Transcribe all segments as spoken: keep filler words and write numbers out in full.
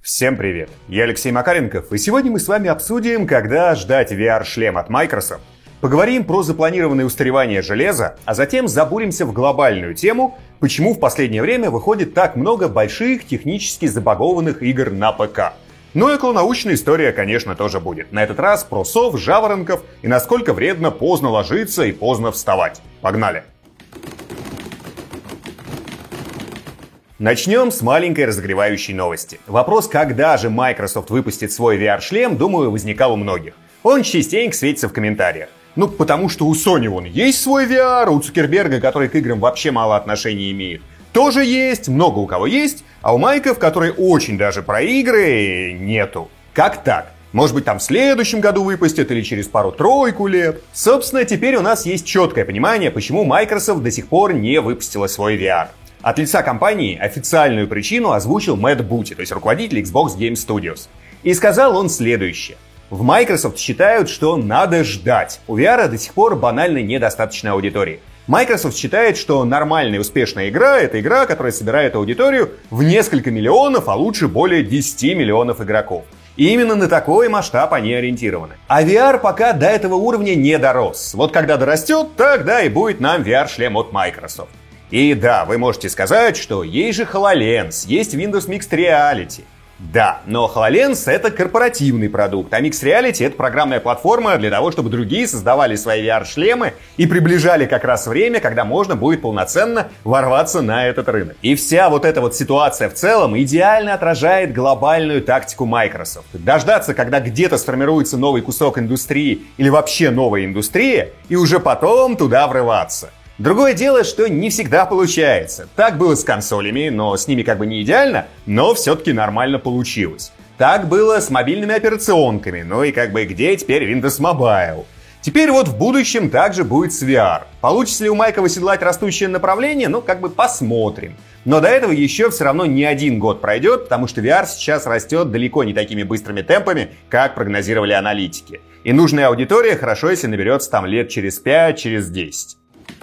Всем привет, я Алексей Макаренков, и сегодня мы с вами обсудим, когда ждать ви ар-шлем от Microsoft. Поговорим про запланированное устаревание железа, а затем забуримся в глобальную тему, почему в последнее время выходит так много больших технически забагованных игр на ПК. Ну и околонаучная история, конечно, тоже будет. На этот раз про сов, жаворонков и насколько вредно поздно ложиться и поздно вставать. Погнали! Начнем с маленькой разогревающей новости. Вопрос, когда же Microsoft выпустит свой ви ар-шлем, думаю, возникал у многих. Он частенько светится в комментариях. Ну, потому что у Sony вон есть свой ви ар, у Цукерберга, который к играм вообще мало отношения имеет, тоже есть, много у кого есть, а у Майков, которые очень даже про игры, нету. Как так? Может быть, там в следующем году выпустят или через пару-тройку лет. Собственно, теперь у нас есть четкое понимание, почему Microsoft до сих пор не выпустила свой ви ар. От лица компании официальную причину озвучил Мэтт Бути, то есть руководитель Xbox Game Studios. И сказал он следующее. В Microsoft считают, что надо ждать. У ви ар до сих пор банально недостаточно аудитории. Microsoft считает, что нормальная и успешная игра — это игра, которая собирает аудиторию в несколько миллионов, а лучше более десяти миллионов игроков. И именно на такой масштаб они ориентированы. А ви ар пока до этого уровня не дорос. Вот когда дорастет, тогда и будет нам ви ар-шлем от Microsoft. И да, вы можете сказать, что есть же HoloLens, есть Windows Mixed Reality. Да, но HoloLens — это корпоративный продукт, а Mixed Reality — это программная платформа для того, чтобы другие создавали свои ви ар-шлемы и приближали как раз время, когда можно будет полноценно ворваться на этот рынок. И вся вот эта вот ситуация в целом идеально отражает глобальную тактику Microsoft. Дождаться, когда где-то сформируется новый кусок индустрии или вообще новая индустрия, и уже потом туда врываться. Другое дело, что не всегда получается. Так было с консолями, но с ними как бы не идеально, но все-таки нормально получилось. Так было с мобильными операционками, ну и как бы где теперь Windows Mobile? Теперь вот в будущем также будет с ви ар. Получится ли у Майка оседлать растущее направление? Ну как бы посмотрим. Но до этого еще все равно не один год пройдет, потому что ви ар сейчас растет далеко не такими быстрыми темпами, как прогнозировали аналитики. И нужная аудитория хорошо, если наберется там лет через пять, через десять.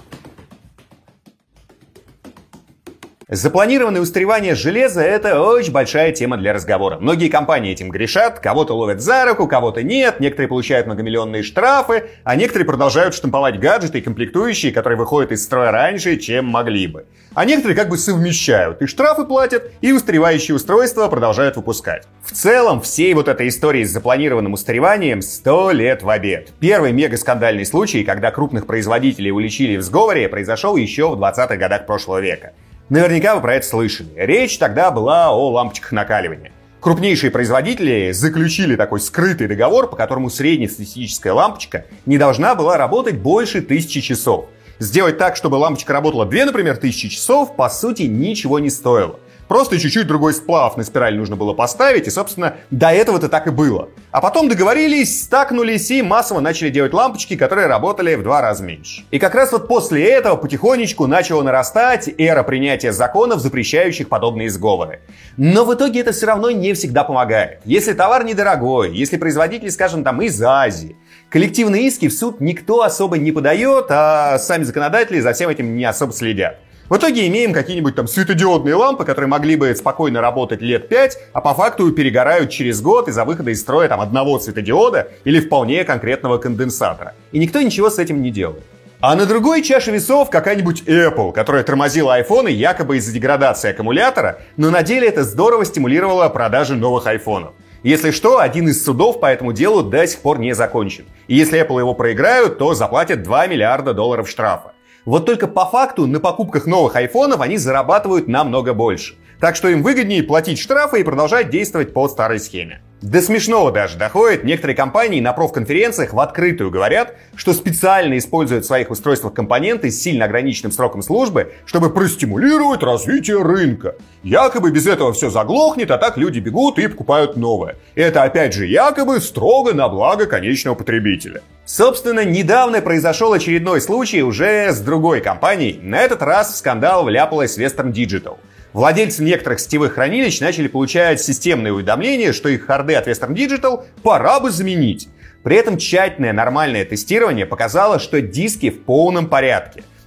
Запланированное устаревание железа — это очень большая тема для разговора. Многие компании этим грешат, кого-то ловят за руку, кого-то нет, некоторые получают многомиллионные штрафы, а некоторые продолжают штамповать гаджеты и комплектующие, которые выходят из строя раньше, чем могли бы. А некоторые как бы совмещают, и штрафы платят, и устаревающие устройства продолжают выпускать. В целом, всей вот этой истории с запланированным устареванием сто лет в обед. Первый мегаскандальный случай, когда крупных производителей уличили в сговоре, произошел еще в двадцатых годах прошлого века. Наверняка вы про это слышали. Речь тогда была о лампочках накаливания. Крупнейшие производители заключили такой скрытый договор, по которому среднестатистическая лампочка не должна была работать больше тысячи часов. Сделать так, чтобы лампочка работала две, например, тысячи часов, по сути, ничего не стоило. Просто чуть-чуть другой сплав на спираль нужно было поставить, и, собственно, до этого-то так и было. А потом договорились, стакнулись и массово начали делать лампочки, которые работали в два раза меньше. И как раз вот после этого потихонечку начала нарастать эра принятия законов, запрещающих подобные сговоры. Но в итоге это все равно не всегда помогает. Если товар недорогой, если производитель, скажем, там из Азии, коллективные иски в суд никто особо не подает, а сами законодатели за всем этим не особо следят. В итоге имеем какие-нибудь там светодиодные лампы, которые могли бы спокойно работать лет пять, а по факту перегорают через год из-за выхода из строя там одного светодиода или вполне конкретного конденсатора. И никто ничего с этим не делает. А на другой чаше весов какая-нибудь Apple, которая тормозила айфоны якобы из-за деградации аккумулятора, но на деле это здорово стимулировало продажи новых айфонов. Если что, один из судов по этому делу до сих пор не закончен. И если Apple его проиграют, то заплатят два миллиарда долларов штрафа. Вот только по факту на покупках новых айфонов они зарабатывают намного больше. Так что им выгоднее платить штрафы и продолжать действовать по старой схеме. До смешного даже доходит. Некоторые компании на профконференциях в открытую говорят, что специально используют в своих устройствах компоненты с сильно ограниченным сроком службы, чтобы простимулировать развитие рынка. Якобы без этого все заглохнет, а так люди бегут и покупают новое. Это опять же якобы строго на благо конечного потребителя. Собственно, недавно произошел очередной случай уже с другой компанией. На этот раз в скандал вляпалась Western Digital. Владельцы некоторых сетевых хранилищ начали получать системные уведомления, что их харды от Western Digital пора бы заменить. При этом тщательное нормальное тестирование показало, что диски в полном порядке.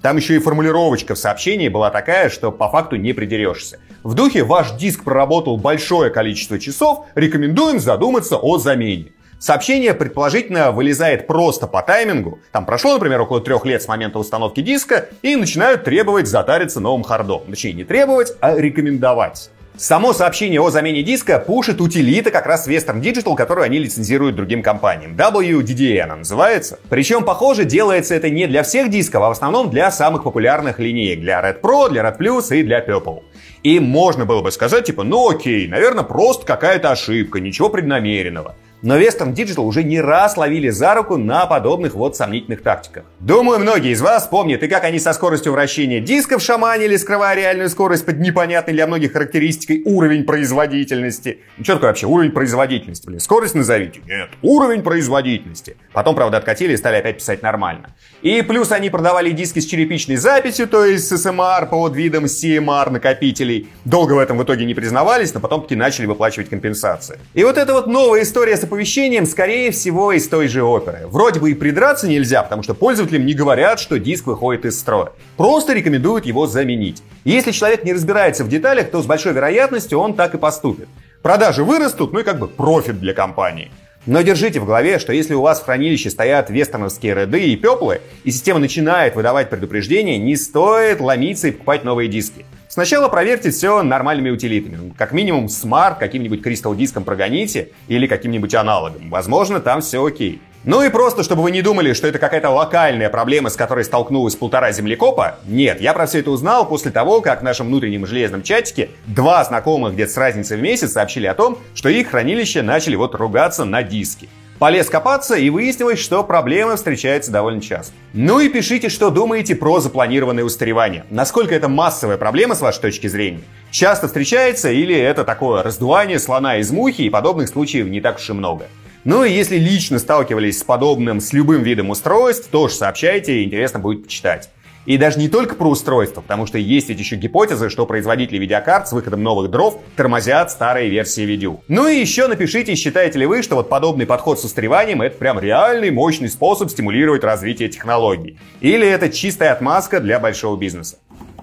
Там еще и формулировочка в сообщении была такая, что по факту не придерешься. В духе «Ваш диск проработал большое количество часов, рекомендуем задуматься о замене». Сообщение, предположительно, вылезает просто по таймингу. Там прошло, например, около трех лет с момента установки диска, и начинают требовать затариться новым хардом. Точнее, не требовать, а рекомендовать. Само сообщение о замене диска пушит утилита как раз Western Digital, которую они лицензируют другим компаниям. дабл ю ди ди эн она называется. Причем, похоже, делается это не для всех дисков, а в основном для самых популярных линеек. Для Red Pro, для Red Plus и для Purple. И можно было бы сказать, типа, ну окей, наверное, просто какая-то ошибка, ничего преднамеренного. Но Western Digital уже не раз ловили за руку на подобных вот сомнительных тактиках. Думаю, многие из вас помнят и как они со скоростью вращения дисков шаманили, скрывая реальную скорость под непонятной для многих характеристикой уровень производительности. Ну что такое вообще уровень производительности? Блин, скорость назовите. Нет, уровень производительности. Потом, правда, откатили и стали опять писать нормально. И плюс они продавали диски с черепичной записью, то есть с эс эм ар под видом си эм ар накопителей. Долго в этом в итоге не признавались, но потом таки начали выплачивать компенсации. И вот эта вот новая история с оповещением, скорее всего, из той же оперы. Вроде бы и придраться нельзя, потому что пользователям не говорят, что диск выходит из строя. Просто рекомендуют его заменить. И если человек не разбирается в деталях, то с большой вероятностью он так и поступит. Продажи вырастут, ну и как бы профит для компании. Но держите в голове, что если у вас в хранилище стоят вестерновские реды и пеплы, и система начинает выдавать предупреждения, не стоит ломиться и покупать новые диски. Сначала проверьте все нормальными утилитами. Как минимум Smart каким-нибудь Crystal диском прогоните или каким-нибудь аналогом. Возможно, там все окей. Ну и просто, чтобы вы не думали, что это какая-то локальная проблема, с которой столкнулась полтора землекопа. Нет, я про все это узнал после того, как в нашем внутреннем железном чатике два знакомых где-то с разницей в месяц сообщили о том, что их хранилища начали вот ругаться на диски. Полез копаться и выяснилось, что проблема встречается довольно часто. Ну и пишите, что думаете про запланированное устаревание. Насколько это массовая проблема с вашей точки зрения? Часто встречается или это такое раздувание слона из мухи, и подобных случаев не так уж и много? Ну и если лично сталкивались с подобным с любым видом устройств, тоже сообщайте, интересно будет почитать. И даже не только про устройство, потому что есть ведь еще гипотезы, что производители видеокарт с выходом новых дров тормозят старые версии видео. Ну и еще напишите, считаете ли вы, что вот подобный подход с устареванием это прям реальный мощный способ стимулировать развитие технологий. Или это чистая отмазка для большого бизнеса.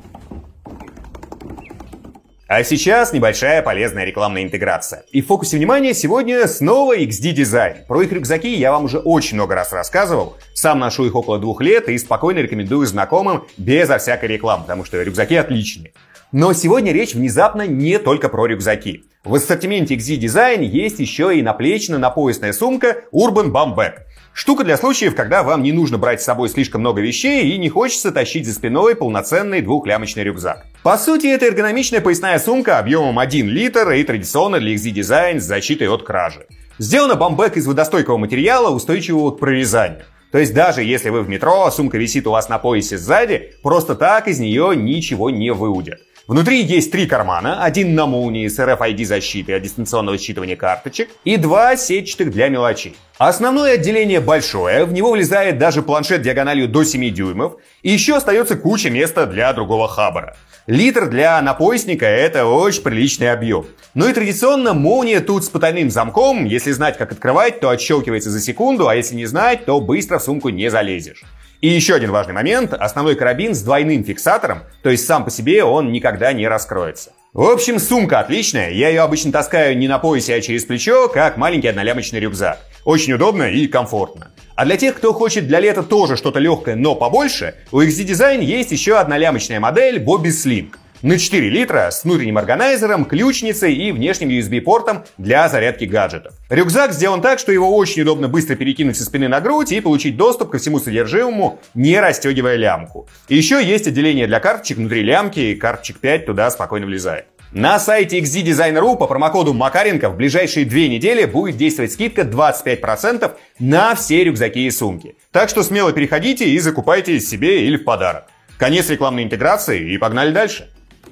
А сейчас небольшая полезная рекламная интеграция. И в фокусе внимания сегодня снова икс ди Design. Про их рюкзаки я вам уже очень много раз рассказывал. Сам ношу их около двух лет и спокойно рекомендую знакомым безо всякой рекламы, потому что рюкзаки отличные. Но сегодня речь внезапно не только про рюкзаки. В ассортименте икс ди Design есть еще и наплечно-напоясная сумка Urban Bum Bag. Штука для случаев, когда вам не нужно брать с собой слишком много вещей и не хочется тащить за спиной полноценный двухлямочный рюкзак. По сути, это эргономичная поясная сумка объемом один литр и традиционно для икс ди Design с защитой от кражи. Сделана бамбэк из водостойкого материала, устойчивого к прорезанию. То есть даже если вы в метро, а сумка висит у вас на поясе сзади, просто так из нее ничего не выудят. Внутри есть три кармана, один на молнии с эр эф ай ди защитой от дистанционного считывания карточек и два сетчатых для мелочей. Основное отделение большое, в него влезает даже планшет диагональю до семи дюймов, и еще остается куча места для другого хабара. Литр для напоясника — это очень приличный объем. Ну и традиционно молния тут с потайным замком, если знать, как открывать, то отщелкивается за секунду, а если не знать, то быстро в сумку не залезешь. И еще один важный момент — основной карабин с двойным фиксатором, то есть сам по себе он никогда не раскроется. В общем, сумка отличная, я ее обычно таскаю не на поясе, а через плечо, как маленький однолямочный рюкзак. Очень удобно и комфортно. А для тех, кто хочет для лета тоже что-то легкое, но побольше, у икс ди Design есть еще однолямочная модель Bobby Sling. На четыре литра с внутренним органайзером, ключницей и внешним ю эс би-портом для зарядки гаджетов. Рюкзак сделан так, что его очень удобно быстро перекинуть со спины на грудь и получить доступ ко всему содержимому, не расстегивая лямку. И еще есть отделение для карточек внутри лямки, и карточек пять туда спокойно влезает. На сайте икс ди Design точка ру по промокоду Макаренко в ближайшие две недели будет действовать скидка двадцать пять процентов на все рюкзаки и сумки. Так что смело переходите и закупайте себе или в подарок. Конец рекламной интеграции и погнали дальше.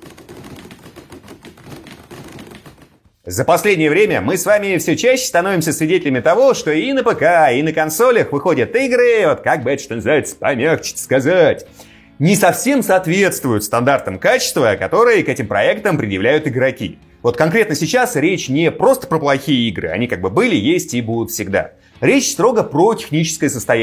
За последнее время мы с вами все чаще становимся свидетелями того, что и на ПК, и на консолях выходят игры, вот как бы это что называется, помягче сказать, не совсем соответствуют стандартам качества, которые к этим проектам предъявляют игроки. Вот конкретно сейчас речь не просто про плохие игры, они как бы были, есть и будут всегда. Речь строго про техническое состояние.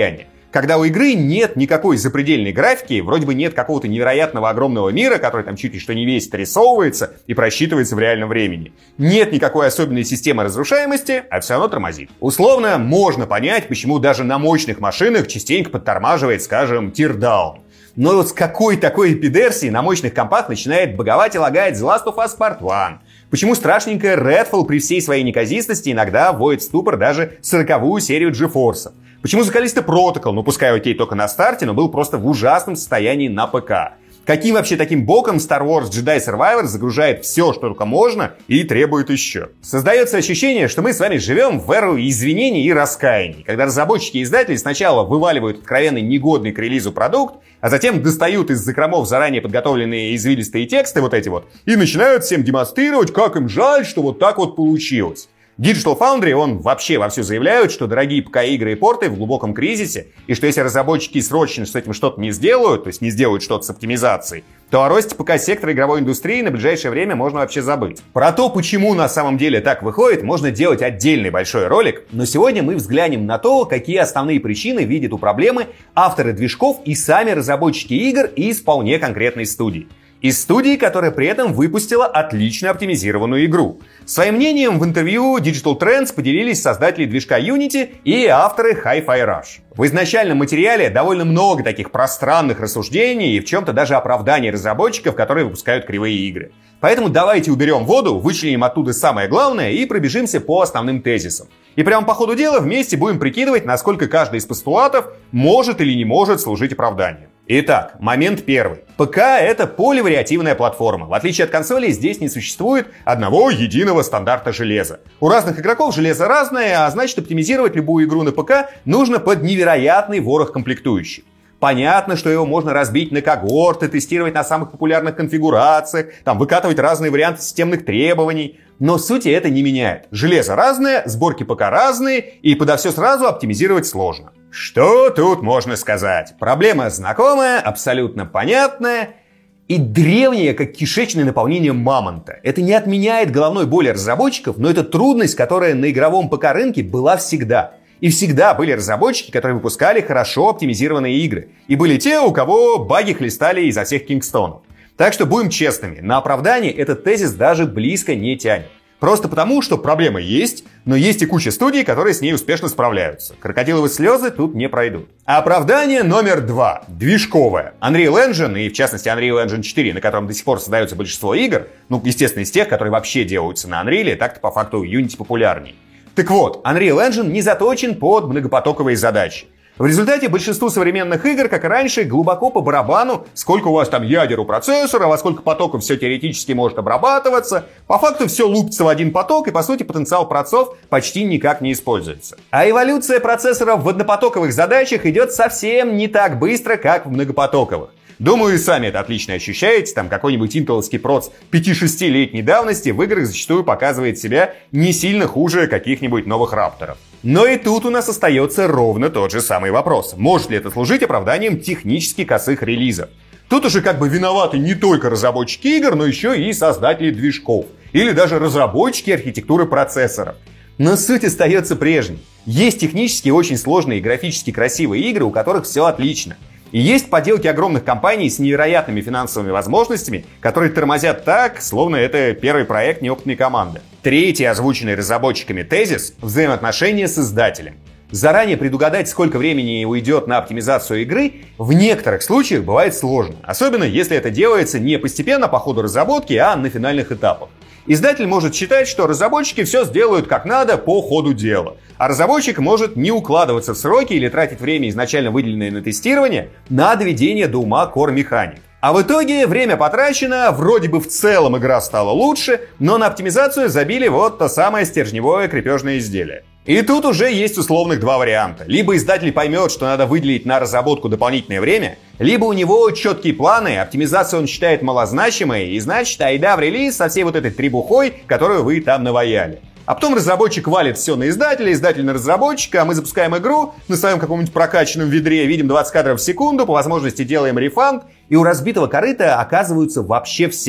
Когда у игры нет никакой запредельной графики, вроде бы нет какого-то невероятного огромного мира, который там чуть ли что не весь рисовывается и просчитывается в реальном времени. Нет никакой особенной системы разрушаемости, а все равно тормозит. Условно, можно понять, почему даже на мощных машинах частенько подтормаживает, скажем, Teardown. Но вот с какой такой эпидерсии на мощных компах начинает баговать и лагать The Last of Us Part один? Почему страшненькая Redfall при всей своей неказистости иногда вводит в ступор даже сороковую серию GeForce? Почему The Callisto Protocol, ну пускай окей только на старте, но был просто в ужасном состоянии на ПК? Каким вообще таким боком Star Wars Jedi Survivor загружает все, что только можно, и требует еще? Создается ощущение, что мы с вами живем в эру извинений и раскаяний, когда разработчики и издатели сначала вываливают откровенно негодный к релизу продукт, а затем достают из закромов заранее подготовленные извилистые тексты вот эти вот и начинают всем демонстрировать, как им жаль, что вот так вот получилось. Digital Foundry, он вообще вовсю заявляют, что дорогие ПК-игры и порты в глубоком кризисе, и что если разработчики срочно с этим что-то не сделают, то есть не сделают что-то с оптимизацией, то о росте ПК-сектора игровой индустрии на ближайшее время можно вообще забыть. Про то, почему на самом деле так выходит, можно делать отдельный большой ролик, но сегодня мы взглянем на то, какие основные причины видят у проблемы авторы движков и сами разработчики игр из вполне конкретной студии. Из студии, которая при этом выпустила отлично оптимизированную игру. Своим мнением в интервью Digital Trends поделились создатели движка Unity и авторы Hi-Fi Rush. В изначальном материале довольно много таких пространных рассуждений и в чем-то даже оправданий разработчиков, которые выпускают кривые игры. Поэтому давайте уберем воду, вычленим оттуда самое главное и пробежимся по основным тезисам. И прямо по ходу дела вместе будем прикидывать, насколько каждый из постулатов может или не может служить оправданием. Итак, момент первый. ПК — это поливариативная платформа. В отличие от консолей, здесь не существует одного единого стандарта железа. У разных игроков железо разное, а значит оптимизировать любую игру на ПК нужно под невероятный ворох комплектующих. Понятно, что его можно разбить на когорты, тестировать на самых популярных конфигурациях, там, выкатывать разные варианты системных требований. Но сути это не меняет. Железо разное, сборки ПК разные, и подо все сразу оптимизировать сложно. Что тут можно сказать? Проблема знакомая, абсолютно понятная и древняя, как кишечное наполнение мамонта. Это не отменяет головной боли разработчиков, но это трудность, которая на игровом ПК-рынке была всегда. И всегда были разработчики, которые выпускали хорошо оптимизированные игры. И были те, у кого баги хлестали изо всех кингстонов. Так что будем честными, на оправдание этот тезис даже близко не тянет. Просто потому, что проблема есть, но есть и куча студий, которые с ней успешно справляются. Крокодиловые слезы тут не пройдут. Оправдание номер два. Движковое. Unreal Engine, и в частности Unreal Engine четыре, на котором до сих пор создается большинство игр, ну, естественно, из тех, которые вообще делаются на Unreal, так-то по факту Unity популярней. Так вот, Unreal Engine не заточен под многопотоковые задачи. В результате большинству современных игр, как и раньше, глубоко по барабану, сколько у вас там ядер у процессора, во сколько потоков все теоретически может обрабатываться. По факту все лупится в один поток, и по сути потенциал процессов почти никак не используется. А эволюция процессоров в однопотоковых задачах идет совсем не так быстро, как в многопотоковых. Думаю, и сами это отлично ощущаете, там какой-нибудь интеловский проц пяти-шестилетней давности в играх зачастую показывает себя не сильно хуже каких-нибудь новых рапторов. Но и тут у нас остается ровно тот же самый вопрос. Может ли это служить оправданием технически косых релизов? Тут уже как бы виноваты не только разработчики игр, но еще и создатели движков. Или даже разработчики архитектуры процессоров. Но суть остается прежней. Есть технически очень сложные и графически красивые игры, у которых все отлично. И есть поделки огромных компаний с невероятными финансовыми возможностями, которые тормозят так, словно это первый проект неопытной команды. Третий озвученный разработчиками тезис – взаимоотношения с издателем. Заранее предугадать, сколько времени уйдет на оптимизацию игры, в некоторых случаях бывает сложно. Особенно, если это делается не постепенно по ходу разработки, а на финальных этапах. Издатель может считать, что разработчики все сделают как надо по ходу дела. А разработчик может не укладываться в сроки или тратить время, изначально выделенное на тестирование, на доведение до ума core-механик. А в итоге время потрачено, вроде бы в целом игра стала лучше, но на оптимизацию забили вот то самое стержневое крепежное изделие. И тут уже есть условных два варианта. Либо издатель поймет, что надо выделить на разработку дополнительное время, либо у него четкие планы, оптимизацию он считает малозначимой, и значит, айда в релиз со всей вот этой требухой, которую вы там наваяли. А потом разработчик валит все на издателя, издатель на разработчика, а мы запускаем игру на своем каком-нибудь прокачанном ведре, видим двадцать кадров в секунду, по возможности делаем рефанд, и у разбитого корыта оказываются вообще все.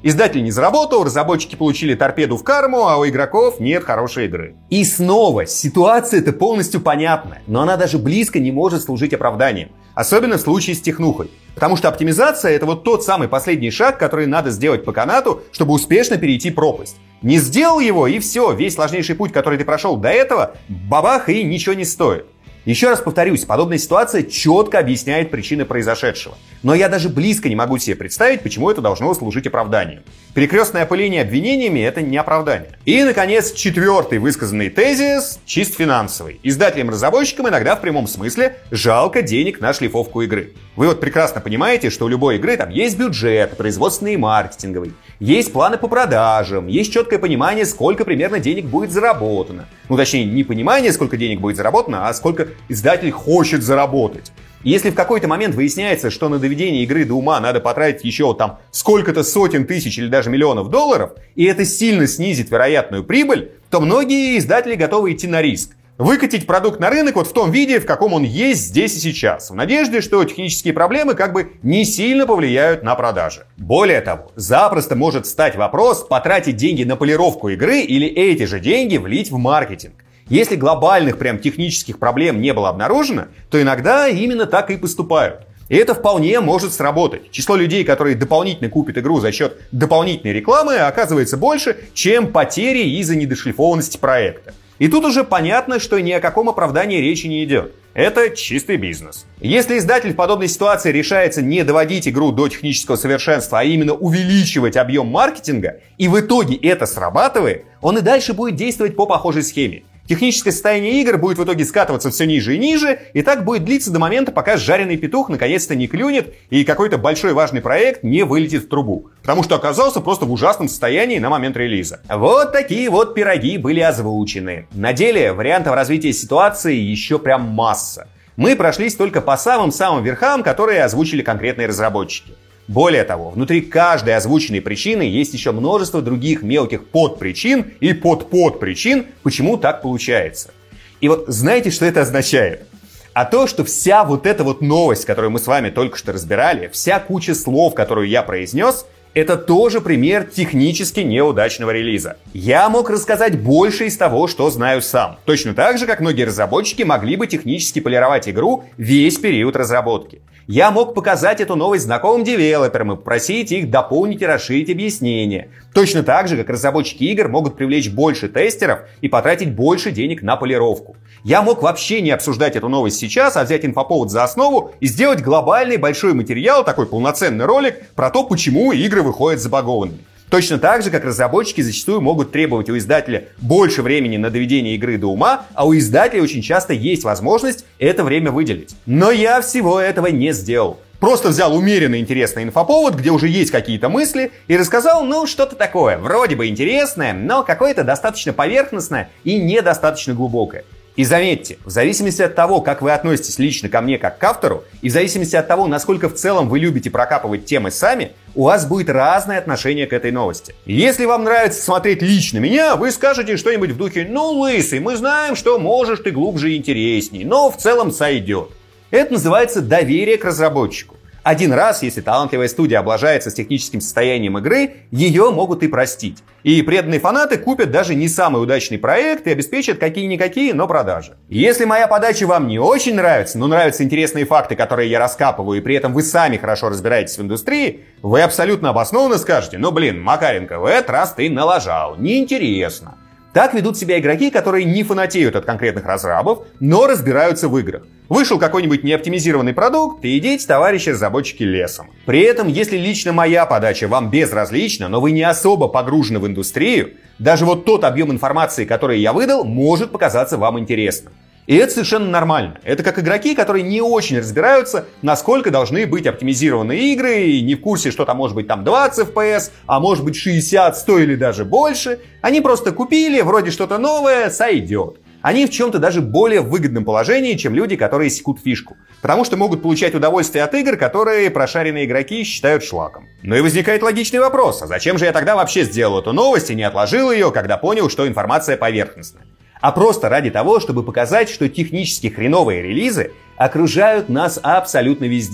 Издатель не заработал, разработчики получили торпеду в карму, а у игроков нет хорошей игры. И снова, ситуация-то полностью понятная, но она даже близко не может служить оправданием. Особенно в случае с технухой. Потому что оптимизация — это вот тот самый последний шаг, который надо сделать по канату, чтобы успешно перейти пропасть. Не сделал его, и все, весь сложнейший путь, который ты прошел до этого, бабах, и ничего не стоит. Еще раз повторюсь, подобная ситуация четко объясняет причины произошедшего. Но я даже близко не могу себе представить, почему это должно служить оправданием. Перекрестное опыление обвинениями — это не оправдание. И, наконец, четвертый высказанный тезис — чисто финансовый. Издателям-разработчикам иногда в прямом смысле жалко денег на шлифовку игры. Вы вот прекрасно понимаете, что у любой игры там есть бюджет, производственный и маркетинговый, есть планы по продажам, есть четкое понимание, сколько примерно денег будет заработано. Ну, точнее, не понимание, сколько денег будет заработано, а сколько издатель хочет заработать. Если в какой-то момент выясняется, что на доведение игры до ума надо потратить еще там сколько-то сотен тысяч или даже миллионов долларов, и это сильно снизит вероятную прибыль, то многие издатели готовы идти на риск. Выкатить продукт на рынок вот в том виде, в каком он есть здесь и сейчас, в надежде, что технические проблемы как бы не сильно повлияют на продажи. Более того, запросто может стать вопрос потратить деньги на полировку игры или эти же деньги влить в маркетинг. Если глобальных прям технических проблем не было обнаружено, то иногда именно так и поступают. И это вполне может сработать. Число людей, которые дополнительно купят игру за счет дополнительной рекламы, оказывается больше, чем потери из-за недошлифованности проекта. И тут уже понятно, что ни о каком оправдании речи не идет. Это чистый бизнес. Если издатель в подобной ситуации решается не доводить игру до технического совершенства, а именно увеличивать объем маркетинга, и в итоге это срабатывает, он и дальше будет действовать по похожей схеме. Техническое состояние игр будет в итоге скатываться все ниже и ниже, и так будет длиться до момента, пока жареный петух наконец-то не клюнет и какой-то большой важный проект не вылетит в трубу. Потому что оказался просто в ужасном состоянии на момент релиза. Вот такие вот пироги были озвучены. На деле вариантов развития ситуации еще прям масса. Мы прошлись только по самым-самым верхам, которые озвучили конкретные разработчики. Более того, внутри каждой озвученной причины есть еще множество других мелких подпричин и подподпричин, почему так получается. И вот знаете, что это означает? А то, что вся вот эта вот новость, которую мы с вами только что разбирали, вся куча слов, которую я произнес, это тоже пример технически неудачного релиза. Я мог рассказать больше из того, что знаю сам. Точно так же, как многие разработчики могли бы технически полировать игру весь период разработки. Я мог показать эту новость знакомым девелоперам и попросить их дополнить и расширить объяснения. Точно так же, как разработчики игр могут привлечь больше тестеров и потратить больше денег на полировку. Я мог вообще не обсуждать эту новость сейчас, а взять инфоповод за основу и сделать глобальный большой материал, такой полноценный ролик, про то, почему игры выходят забагованными. Точно так же, как разработчики зачастую могут требовать у издателя больше времени на доведение игры до ума, а у издателя очень часто есть возможность это время выделить. Но я всего этого не сделал. Просто взял умеренно интересный инфоповод, где уже есть какие-то мысли, и рассказал, ну, что-то такое, вроде бы интересное, но какое-то достаточно поверхностное и недостаточно глубокое. И заметьте, в зависимости от того, как вы относитесь лично ко мне как к автору, и в зависимости от того, насколько в целом вы любите прокапывать темы сами, у вас будет разное отношение к этой новости. Если вам нравится смотреть лично меня, вы скажете что-нибудь в духе «Ну, лысый, мы знаем, что можешь ты глубже и интересней, но в целом сойдет». Это называется доверие к разработчику. Один раз, если талантливая студия облажается с техническим состоянием игры, ее могут и простить. И преданные фанаты купят даже не самый удачный проект и обеспечат какие-никакие, но продажи. Если моя подача вам не очень нравится, но нравятся интересные факты, которые я раскапываю, и при этом вы сами хорошо разбираетесь в индустрии, вы абсолютно обоснованно скажете: ну блин, Макаренко, в этот раз ты налажал, неинтересно. Так ведут себя игроки, которые не фанатеют от конкретных разрабов, но разбираются в играх. Вышел какой-нибудь неоптимизированный продукт, и идите, товарищи разработчики, лесом. При этом, если лично моя подача вам безразлична, но вы не особо погружены в индустрию, даже вот тот объем информации, который я выдал, может показаться вам интересным. И это совершенно нормально. Это как игроки, которые не очень разбираются, насколько должны быть оптимизированы игры, и не в курсе, что там может быть там двадцать эф пи эс, а может быть шестьдесят, сто или даже больше. Они просто купили, вроде что-то новое, сойдет. Они в чем-то даже более выгодном положении, чем люди, которые секут фишку. Потому что могут получать удовольствие от игр, которые прошаренные игроки считают шлаком. Ну и возникает логичный вопрос: а зачем же я тогда вообще сделал эту новость и не отложил ее, когда понял, что информация поверхностная? А просто ради того, чтобы показать, что технически хреновые релизы окружают нас абсолютно везде.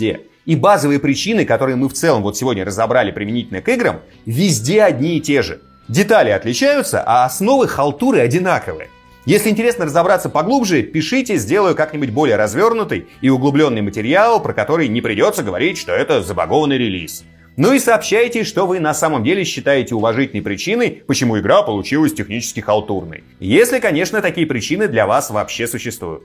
И базовые причины, которые мы в целом вот сегодня разобрали применительно к играм, везде одни и те же. Детали отличаются, а основы халтуры одинаковые. Если интересно разобраться поглубже, пишите, сделаю как-нибудь более развернутый и углубленный материал, про который не придется говорить, что это забагованный релиз. Ну и сообщайте, что вы на самом деле считаете уважительной причиной, почему игра получилась технически халтурной. Если, конечно, такие причины для вас вообще существуют.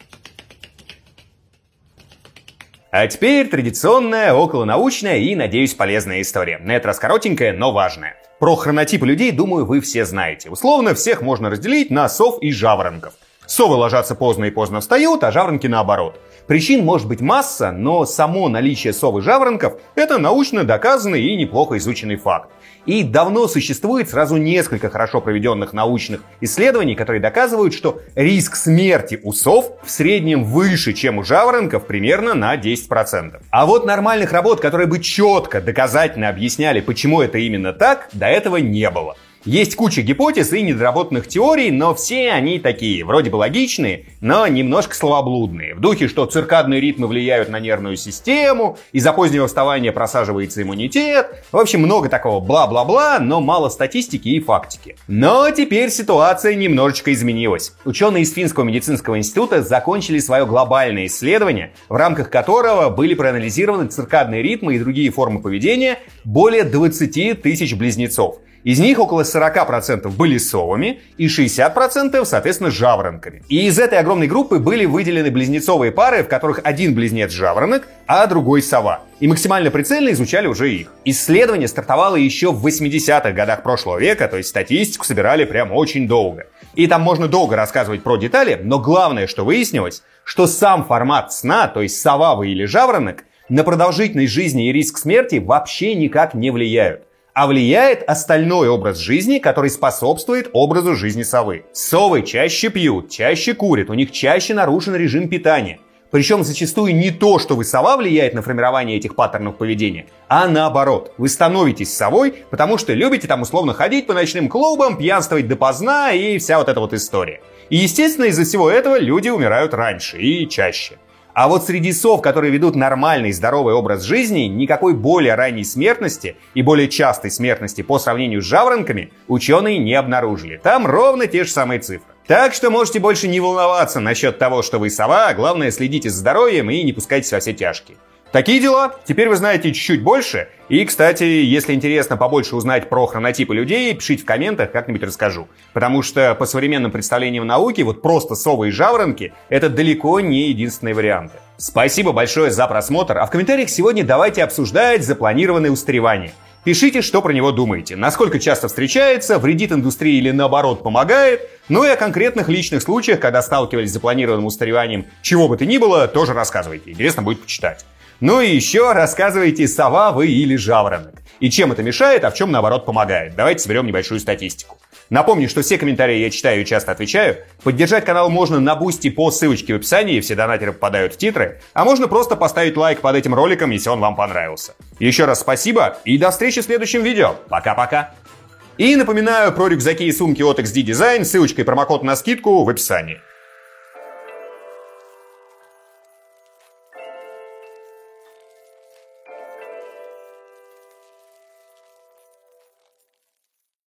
А теперь традиционная, околонаучная и, надеюсь, полезная история. На этот раз коротенькая, но важная. Про хронотипы людей, думаю, вы все знаете. Условно, всех можно разделить на сов и жаворонков. Совы ложатся поздно и поздно встают, а жаворонки наоборот. Причин может быть масса, но само наличие сов и жаворонков – это научно доказанный и неплохо изученный факт. И давно существует сразу несколько хорошо проведенных научных исследований, которые доказывают, что риск смерти у сов в среднем выше, чем у жаворонков, примерно на десять процентов. А вот нормальных работ, которые бы четко, доказательно объясняли, почему это именно так, до этого не было. Есть куча гипотез и недоработанных теорий, но все они такие, вроде бы логичные, но немножко словоблудные. В духе, что циркадные ритмы влияют на нервную систему, из-за позднего вставания просаживается иммунитет. В общем, много такого бла-бла-бла, но мало статистики и фактики. Но теперь ситуация немножечко изменилась. Ученые из Финского медицинского института закончили свое глобальное исследование, в рамках которого были проанализированы циркадные ритмы и другие формы поведения более двадцати тысяч близнецов. Из них около сорок процентов были совами и шестьдесят процентов, соответственно, жаворонками. И из этой огромной группы были выделены близнецовые пары, в которых один близнец жаворонок, а другой сова. И максимально прицельно изучали уже их. Исследование стартовало еще в восьмидесятых годах прошлого века, то есть статистику собирали прям очень долго. И там можно долго рассказывать про детали, но главное, что выяснилось, что сам формат сна, то есть сова вы или жаворонок, на продолжительность жизни и риск смерти вообще никак не влияют. А влияет остальной образ жизни, который способствует образу жизни совы. Совы чаще пьют, чаще курят, у них чаще нарушен режим питания. Причем зачастую не то, что вы сова, влияет на формирование этих паттернов поведения, а наоборот. Вы становитесь совой, потому что любите там условно ходить по ночным клубам, пьянствовать допоздна и вся вот эта вот история. И естественно из-за всего этого люди умирают раньше и чаще. А вот среди сов, которые ведут нормальный здоровый образ жизни, никакой более ранней смертности и более частой смертности по сравнению с жаворонками ученые не обнаружили. Там ровно те же самые цифры. Так что можете больше не волноваться насчет того, что вы сова, а главное следите за здоровьем и не пускайтесь во все тяжкие. Такие дела. Теперь вы знаете чуть-чуть больше. И, кстати, если интересно побольше узнать про хронотипы людей, пишите в комментах, как-нибудь расскажу. Потому что по современным представлениям науки, вот просто совы и жаворонки – это далеко не единственные варианты. Спасибо большое за просмотр. А в комментариях сегодня давайте обсуждать запланированное устаревание. Пишите, что про него думаете, насколько часто встречается, вредит индустрии или наоборот помогает. Ну и о конкретных личных случаях, когда сталкивались с запланированным устареванием чего бы то ни было, тоже рассказывайте. Интересно будет почитать. Ну и еще рассказывайте, сова вы или жаворонок. И чем это мешает, а в чем наоборот помогает. Давайте соберем небольшую статистику. Напомню, что все комментарии я читаю и часто отвечаю. Поддержать канал можно на Бусти по ссылочке в описании, все донатеры попадают в титры. А можно просто поставить лайк под этим роликом, если он вам понравился. Еще раз спасибо и до встречи в следующем видео. Пока-пока. И напоминаю про рюкзаки и сумки от икс ди Design, ссылочка и промокод на скидку в описании.